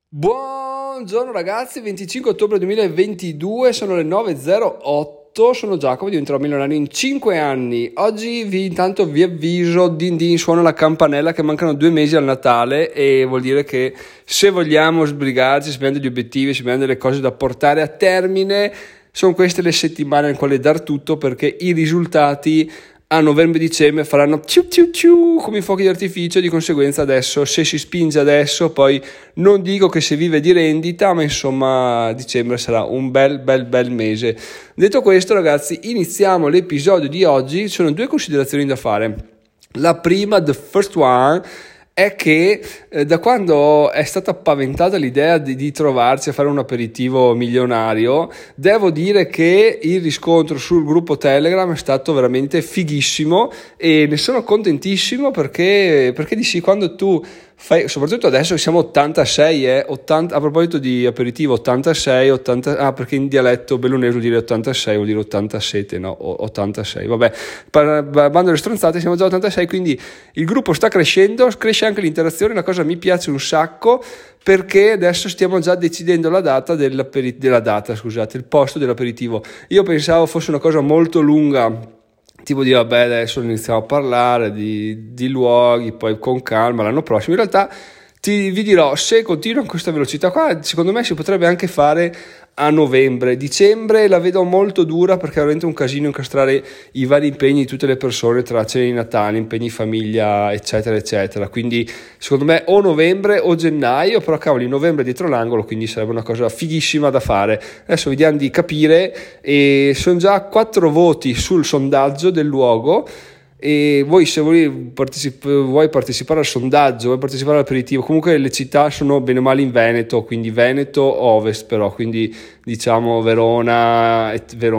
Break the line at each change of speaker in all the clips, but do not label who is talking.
Buongiorno ragazzi, 25 ottobre 2022, sono le 9.08, sono Giacomo, diventerò milionario in 5 anni. Oggi intanto vi avviso, din din, suona la campanella che mancano 2 mesi al Natale e vuol dire che se vogliamo sbrigarci, se abbiamo degli obiettivi, se abbiamo delle cose da portare a termine, sono queste le settimane nelle quali dar tutto, perché i risultati a novembre-dicembre faranno ciu ciu ciu come i fuochi d'artificio. Di conseguenza adesso, se si spinge adesso, poi non dico che si vive di rendita, ma insomma dicembre sarà un bel mese. Detto questo ragazzi, iniziamo l'episodio di oggi. Ci sono 2 considerazioni da fare. La prima, the first one, è che da quando è stata paventata l'idea di trovarci a fare un aperitivo milionario, devo dire che il riscontro sul gruppo Telegram è stato veramente fighissimo e ne sono contentissimo perché di sì, quando tu fai, soprattutto adesso che siamo 86, 80, a proposito di aperitivo 86, 80, perché in dialetto bellunese vuol dire 86, vuol dire 87, no, 86, vabbè, bando le stronzate, siamo già 86, quindi il gruppo sta crescendo, cresce anche l'interazione, la cosa mi piace un sacco, perché adesso stiamo già decidendo la data il posto dell'aperitivo. Io pensavo fosse una cosa molto lunga, tipo di vabbè adesso iniziamo a parlare di luoghi, poi con calma l'anno prossimo. In realtà vi dirò, se continua con questa velocità qua, secondo me si potrebbe anche fare a novembre. Dicembre la vedo molto dura, perché è veramente un casino incastrare i vari impegni di tutte le persone tra cene di Natale, impegni famiglia, eccetera eccetera. Quindi secondo me o novembre o gennaio, però cavoli, novembre è dietro l'angolo, quindi sarebbe una cosa fighissima da fare. Adesso vediamo di capire, e sono già 4 voti sul sondaggio del luogo. E voi, se vuoi partecipare al sondaggio, vuoi partecipare all'aperitivo, comunque le città sono bene o male in Veneto, quindi Veneto Ovest, però quindi diciamo Verona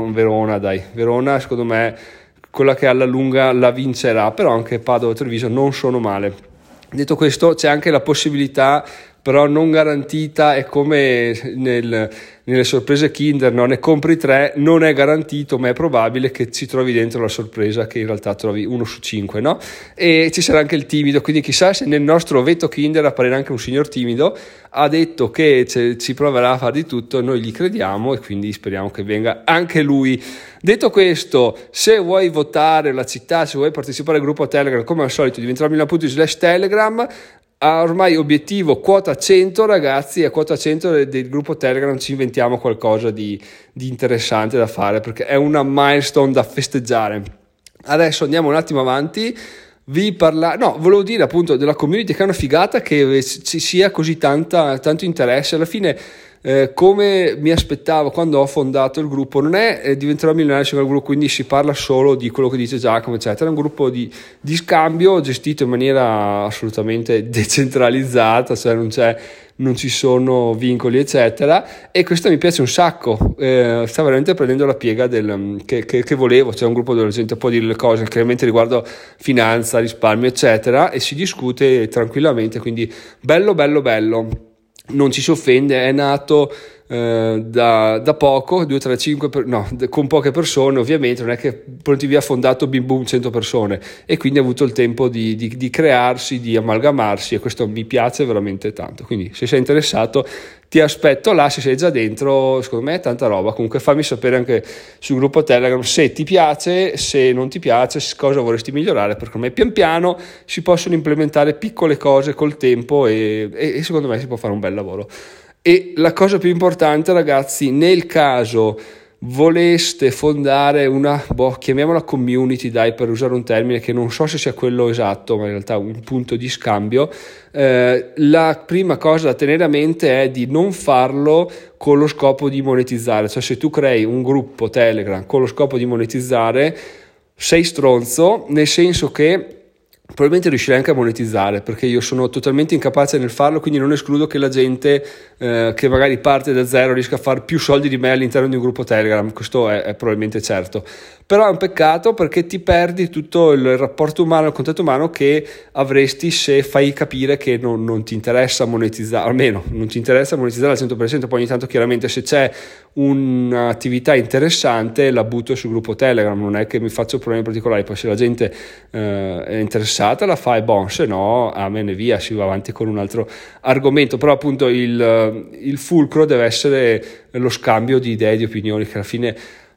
secondo me quella che alla lunga la vincerà, però anche Padova e Treviso non sono male. Detto questo, c'è anche la possibilità, però non garantita, è come nelle sorprese Kinder, no? Ne compri 3, non è garantito, ma è probabile che ci trovi dentro la sorpresa che in realtà trovi 1 su 5, no? E ci sarà anche il timido, quindi chissà se nel nostro veto Kinder apparirà anche un signor timido. Ha detto che ci proverà a fare di tutto, noi gli crediamo e quindi speriamo che venga anche lui. Detto questo, se vuoi votare la città, se vuoi partecipare al gruppo Telegram, come al solito diventerà milano.it/Telegram. Ormai obiettivo quota 100 ragazzi, a quota 100 del gruppo Telegram ci inventiamo qualcosa di interessante da fare, perché è una milestone da festeggiare. Adesso andiamo un attimo avanti, volevo dire appunto della community, che è una figata che ci sia così tanto interesse. Alla fine come mi aspettavo quando ho fondato il gruppo, non è diventerò milionario il gruppo, quindi si parla solo di quello che dice Giacomo eccetera. È un gruppo di scambio gestito in maniera assolutamente decentralizzata, cioè non ci sono vincoli eccetera, e questo mi piace un sacco. Sta veramente prendendo la piega che volevo. C'è un gruppo dove la gente può dire le cose chiaramente riguardo finanza, risparmio eccetera, e si discute tranquillamente, quindi bello. Non ci si offende, è nato da poco, 2, 3, 5 con poche persone, ovviamente non è che pronti via fondato bim bum 100 persone, e quindi ha avuto il tempo di crearsi, di amalgamarsi, e questo mi piace veramente tanto. Quindi se sei interessato ti aspetto là, se sei già dentro, secondo me è tanta roba. Comunque fammi sapere anche sul gruppo Telegram se ti piace, se non ti piace, cosa vorresti migliorare, perché a me pian piano si possono implementare piccole cose col tempo e secondo me si può fare un bel lavoro. E la cosa più importante ragazzi, nel caso voleste fondare una, chiamiamola community, dai, per usare un termine che non so se sia quello esatto, ma in realtà un punto di scambio, la prima cosa da tenere a mente è di non farlo con lo scopo di monetizzare. Cioè, se tu crei un gruppo Telegram con lo scopo di monetizzare, sei stronzo, nel senso che probabilmente riuscirei anche a monetizzare, perché io sono totalmente incapace nel farlo, quindi non escludo che la gente che magari parte da zero riesca a fare più soldi di me all'interno di un gruppo Telegram. Questo è probabilmente certo, però è un peccato perché ti perdi tutto il rapporto umano, il contatto umano che avresti se fai capire che non ti interessa monetizzare, almeno non ti interessa monetizzare al 100%. Poi ogni tanto chiaramente se c'è un'attività interessante la butto sul gruppo Telegram, non è che mi faccio problemi particolari, poi se la gente è interessata la fa e bon, se no amen e via, si va avanti con un altro argomento. Però appunto il fulcro deve essere lo scambio di idee, di opinioni, che alla fine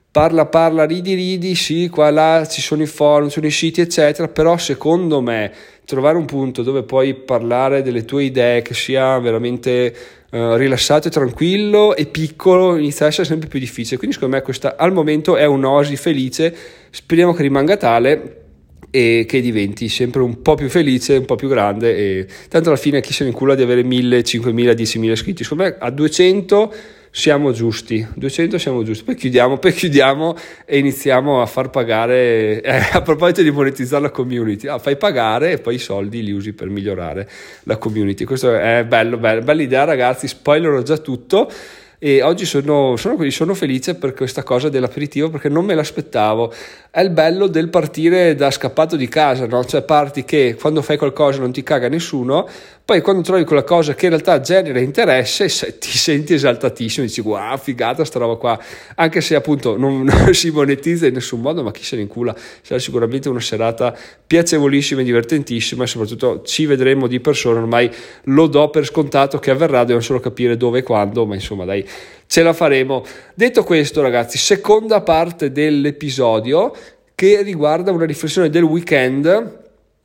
parla, ridi, sì, qua là ci sono i forum, ci sono i siti eccetera, però secondo me trovare un punto dove puoi parlare delle tue idee che sia veramente rilassato e tranquillo e piccolo inizia a essere sempre più difficile. Quindi secondo me questa al momento è un'oasi felice, speriamo che rimanga tale e che diventi sempre un po' più felice, un po' più grande, e tanto alla fine chi se ne incula di avere 1000, 5000, 10.000 iscritti. Secondo me a 200 siamo giusti, poi chiudiamo e iniziamo a far pagare, a proposito di monetizzare la community, fai pagare e poi i soldi li usi per migliorare la community. Questo è bella idea, ragazzi, spoilerò già tutto. E oggi sono felice per questa cosa dell'aperitivo, perché non me l'aspettavo. È il bello del partire da scappato di casa, no? Cioè parti che quando fai qualcosa non ti caga nessuno, poi quando trovi quella cosa che in realtà genera interesse ti senti esaltatissimo, dici wow, figata sta roba qua, anche se appunto non si monetizza in nessun modo, ma chi se ne incula, sarà sicuramente una serata piacevolissima e divertentissima, e soprattutto ci vedremo di persona. Ormai lo do per scontato che avverrà, dobbiamo solo capire dove e quando, ma insomma dai, ce la faremo. Detto questo, ragazzi, seconda parte dell'episodio che riguarda una riflessione del weekend,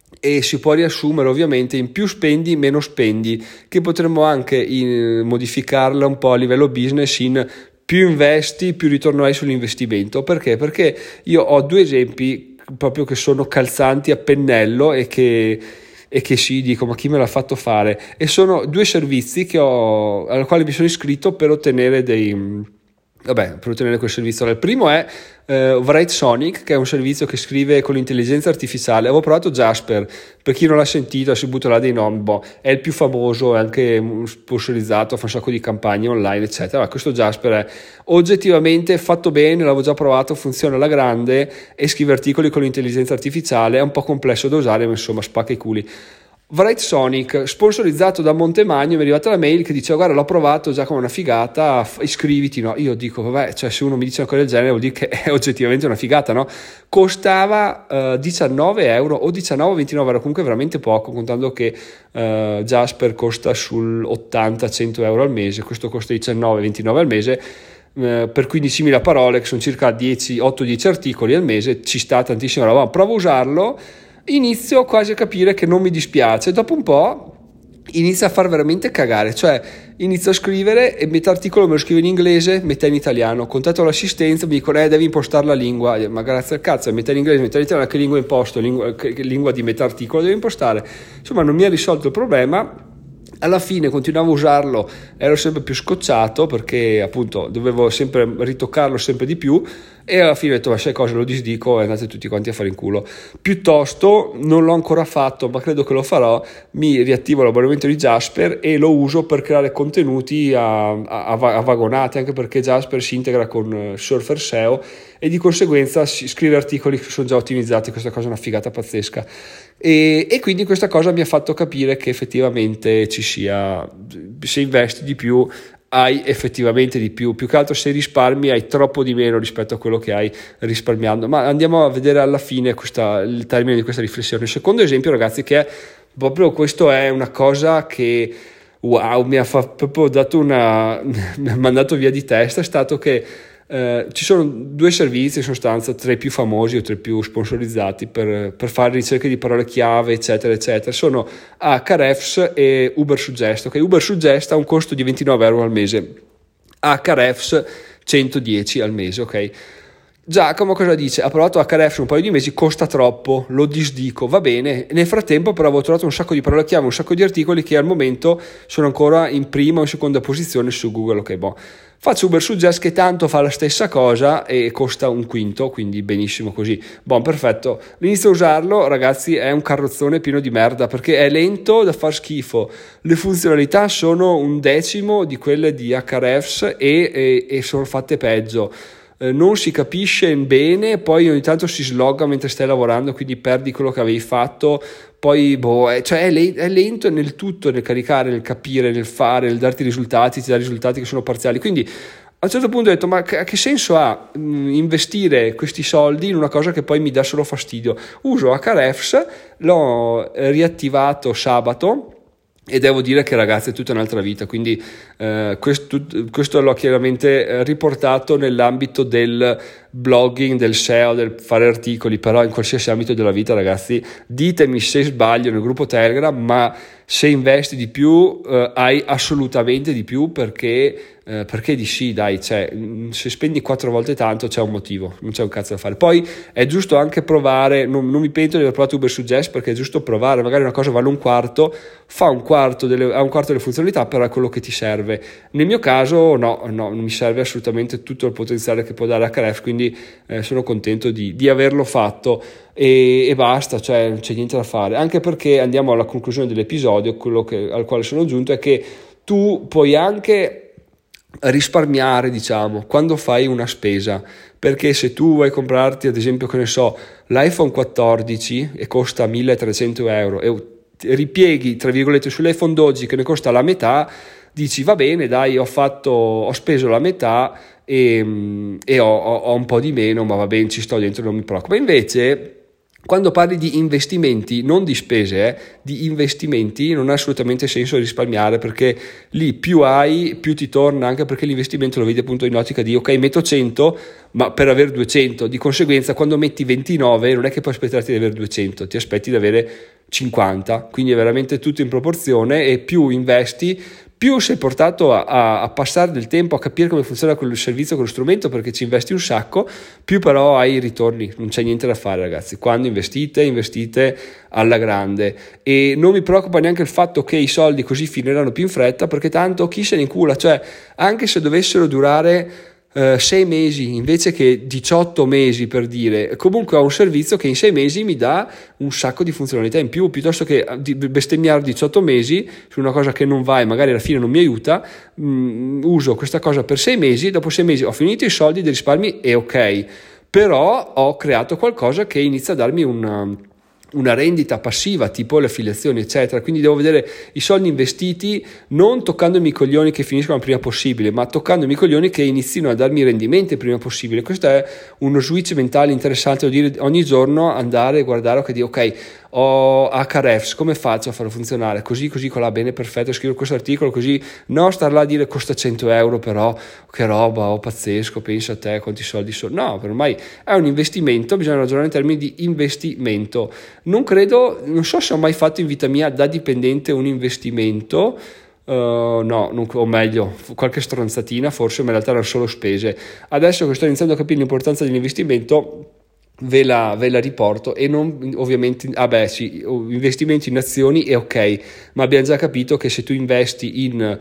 e si può riassumere ovviamente in più spendi meno spendi, che potremmo anche modificarla un po' a livello business in più investi più ritorno hai sull'investimento. Perché io ho due esempi proprio che sono calzanti a pennello e che sì, dico ma chi me l'ha fatto fare, e sono due servizi alla quale mi sono iscritto per ottenere quel servizio. Il primo è Writesonic, che è un servizio che scrive con l'intelligenza artificiale. Avevo provato Jasper, per chi non l'ha sentito si butta là dei nomi, è il più famoso, è anche sponsorizzato, fa un sacco di campagne online eccetera. Ma questo Jasper è oggettivamente fatto bene, l'avevo già provato, funziona alla grande e scrive articoli con l'intelligenza artificiale, è un po' complesso da usare ma insomma spacca i culi. Writesonic, sponsorizzato da Montemagno, mi è arrivata la mail che diceva guarda l'ho provato già come una figata, iscriviti, no? Io dico vabbè, cioè se uno mi dice una cosa del genere vuol dire che è oggettivamente una figata, no? Costava 19 euro o 19,29 euro, comunque veramente poco, contando che Jasper costa sul 80-100 euro al mese, questo costa 19,29 al mese, per 15.000 parole, che sono circa 8-10 articoli al mese, ci sta tantissima roba. Provo a usarlo, inizio quasi a capire che non mi dispiace, dopo un po' inizia a far veramente cagare, cioè inizio a scrivere e metà articolo me lo scrivo in inglese, metà in italiano, contatto l'assistenza, mi dicono devi impostare la lingua, ma grazie al cazzo, metà in inglese, metà in italiano, che lingua imposto, che lingua di metà articolo devo impostare, insomma non mi ha risolto il problema. Alla fine continuavo a usarlo, ero sempre più scocciato perché appunto dovevo sempre ritoccarlo sempre di più, e alla fine ho detto ma sai cosa, lo disdico e andate tutti quanti a fare in culo. Piuttosto, non l'ho ancora fatto ma credo che lo farò, mi riattivo l'abbonamento di Jasper e lo uso per creare contenuti a vagonate, anche perché Jasper si integra con Surfer SEO e di conseguenza si scrive articoli che sono già ottimizzati. Questa cosa è una figata pazzesca, e quindi questa cosa mi ha fatto capire che effettivamente ci sia, se investi di più hai effettivamente di più che altro se risparmi hai troppo di meno rispetto a quello che hai risparmiando. Ma andiamo a vedere alla fine il termine di questa riflessione. Il secondo esempio, ragazzi, che è proprio questo, è una cosa che wow, mi ha proprio dato mi ha mandato via di testa, è stato che ci sono due servizi in sostanza, tra i più famosi o tra i più sponsorizzati per fare ricerche di parole chiave eccetera eccetera, sono Ahrefs e Ubersuggest. Okay? Ubersuggest ha un costo di 29 euro al mese, Ahrefs 110 al mese. Ok, Giacomo cosa dice? Ha provato Ahrefs un paio di mesi, costa troppo, lo disdico, va bene. Nel frattempo però avevo trovato un sacco di parole chiave, un sacco di articoli che al momento sono ancora in prima o in seconda posizione su Google. Ok, faccio Ubersuggest che tanto fa la stessa cosa e costa un quinto, quindi benissimo così. Perfetto. Inizio a usarlo, ragazzi, è un carrozzone pieno di merda perché è lento da far schifo. Le funzionalità sono 1/10 di quelle di Ahrefs e sono fatte peggio. non si capisce bene, poi ogni tanto si slogga mentre stai lavorando, quindi perdi quello che avevi fatto, poi cioè è lento nel tutto, nel caricare, nel capire, nel fare, nel darti risultati, ti dà risultati che sono parziali, quindi a un certo punto ho detto, ma che senso ha investire questi soldi in una cosa che poi mi dà solo fastidio? Uso Ahrefs, l'ho riattivato sabato, e devo dire che, ragazzi, è tutta un'altra vita, quindi questo l'ho chiaramente riportato nell'ambito del blogging, del SEO, del fare articoli, però in qualsiasi ambito della vita, ragazzi, ditemi se sbaglio nel gruppo Telegram, ma se investi di più hai assolutamente di più, perché di sì, dai, cioè, se spendi 4 volte tanto c'è un motivo, non c'è un cazzo da fare. Poi è giusto anche provare, non mi pento di aver provato Ubersuggest, perché è giusto provare, magari una cosa vale un quarto, ha un quarto delle funzionalità, però è quello che ti serve. Nel mio caso no, non mi serve assolutamente tutto il potenziale che può dare Ahrefs, quindi sono contento di averlo fatto e basta, cioè non c'è niente da fare, anche perché andiamo alla conclusione dell'episodio. Quello al quale sono giunto è che tu puoi anche risparmiare, diciamo, quando fai una spesa, perché se tu vuoi comprarti, ad esempio, che ne so, l'iPhone 14 e costa 1.300 euro e ripieghi, tra virgolette, sull'iPhone 12 che ne costa la metà, dici va bene, dai, ho speso la metà e ho un po' di meno, ma va bene, ci sto dentro, non mi preoccupa. Invece, quando parli di investimenti, non di spese, di investimenti, non ha assolutamente senso risparmiare, perché lì più hai, più ti torna, anche perché l'investimento lo vedi appunto in ottica di ok, metto 100, ma per avere 200, di conseguenza quando metti 29 non è che puoi aspettarti di avere 200, ti aspetti di avere 50, quindi è veramente tutto in proporzione, e più investi, più sei portato a passare del tempo a capire come funziona quel servizio, quello strumento, perché ci investi un sacco, più però hai i ritorni. Non c'è niente da fare, ragazzi. Quando investite alla grande, e non mi preoccupa neanche il fatto che i soldi così finiranno più in fretta, perché tanto chi se ne incula, cioè anche se dovessero durare 6 mesi invece che 18 mesi, per dire, comunque ho un servizio che in 6 mesi mi dà un sacco di funzionalità in più, piuttosto che bestemmiare 18 mesi su una cosa che non va e magari alla fine non mi aiuta. Uso questa cosa per 6 mesi, dopo 6 mesi ho finito i soldi dei risparmi e ok, però ho creato qualcosa che inizia a darmi una rendita passiva, tipo le affiliazioni, eccetera. Quindi devo vedere i soldi investiti non toccandomi i coglioni che finiscono il prima possibile, ma toccandomi i coglioni che inizino a darmi rendimenti il prima possibile. Questo è uno switch mentale interessante, devo dire, ogni giorno andare a guardare, ok, ho Ahrefs, come faccio a farlo funzionare? Così colà, bene, perfetto, scrivo questo articolo, così no star là a dire costa 100 euro, però che roba, pazzesco, pensa a te quanti soldi sono. No, per ormai è un investimento, bisogna ragionare in termini di investimento. Non so se ho mai fatto in vita mia da dipendente un investimento. O meglio, qualche stronzatina forse, ma in realtà erano solo spese. Adesso che sto iniziando a capire l'importanza dell'investimento, ve la riporto. E non, ovviamente, sì, investimenti in azioni è ok, ma abbiamo già capito che se tu investi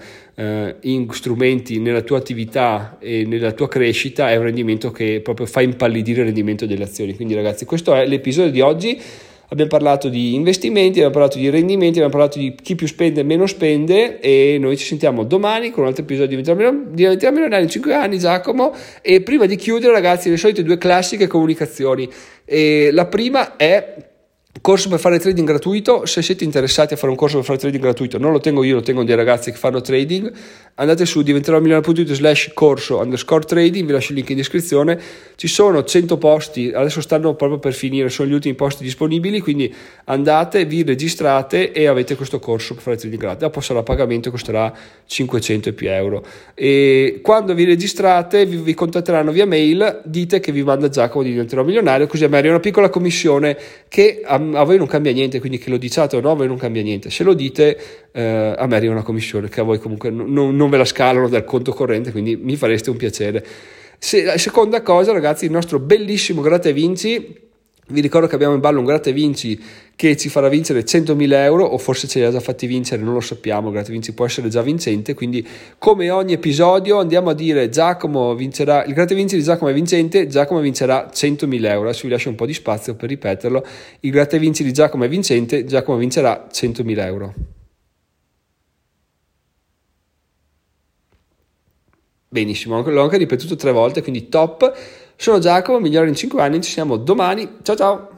in strumenti nella tua attività e nella tua crescita, è un rendimento che proprio fa impallidire il rendimento delle azioni. Quindi, ragazzi, questo è l'episodio di oggi. Abbiamo parlato di investimenti, abbiamo parlato di rendimenti, abbiamo parlato di chi più spende e meno spende, e noi ci sentiamo domani con un altro episodio di Diventiamo Milionari in 5 anni, Giacomo. E prima di chiudere, ragazzi, le solite 2 classiche comunicazioni. E la prima è corso per fare trading gratuito. Se siete interessati a fare un corso per fare trading gratuito, non lo tengo io, lo tengono dei ragazzi che fanno trading, andate su diventeromilionario.it/corso_trading, vi lascio il link in descrizione. Ci sono 100 posti, adesso stanno proprio per finire, sono gli ultimi posti disponibili, quindi andate, vi registrate e avete questo corso per fare trading gratuito. Dopo sarà a pagamento, costerà 500 e più euro, e quando vi registrate vi contatteranno via mail, dite che vi manda Giacomo di Diventerò Milionario, così a me arriva una piccola commissione che a voi non cambia niente, quindi che lo diciate o no a voi non cambia niente. Se lo dite a me arriva una commissione che a voi comunque non ve la scalano dal conto corrente, quindi mi fareste un piacere. Seconda cosa, ragazzi, il nostro bellissimo Gratta e Vinci. Vi ricordo che abbiamo in ballo un Gratta e Vinci che ci farà vincere 100.000 euro, o forse ce li ha già fatti vincere, non lo sappiamo. Gratta e Vinci può essere già vincente, quindi come ogni episodio andiamo a dire Giacomo vincerà, il Gratta e Vinci di Giacomo è vincente, Giacomo vincerà 100.000 euro. Adesso vi lascio un po' di spazio per ripeterlo: il Gratta e Vinci di Giacomo è vincente, Giacomo vincerà 100.000 euro. benissimo, l'ho anche ripetuto 3 volte, quindi top. Sono Giacomo, Migliore in 5 anni, ci siamo domani, ciao ciao!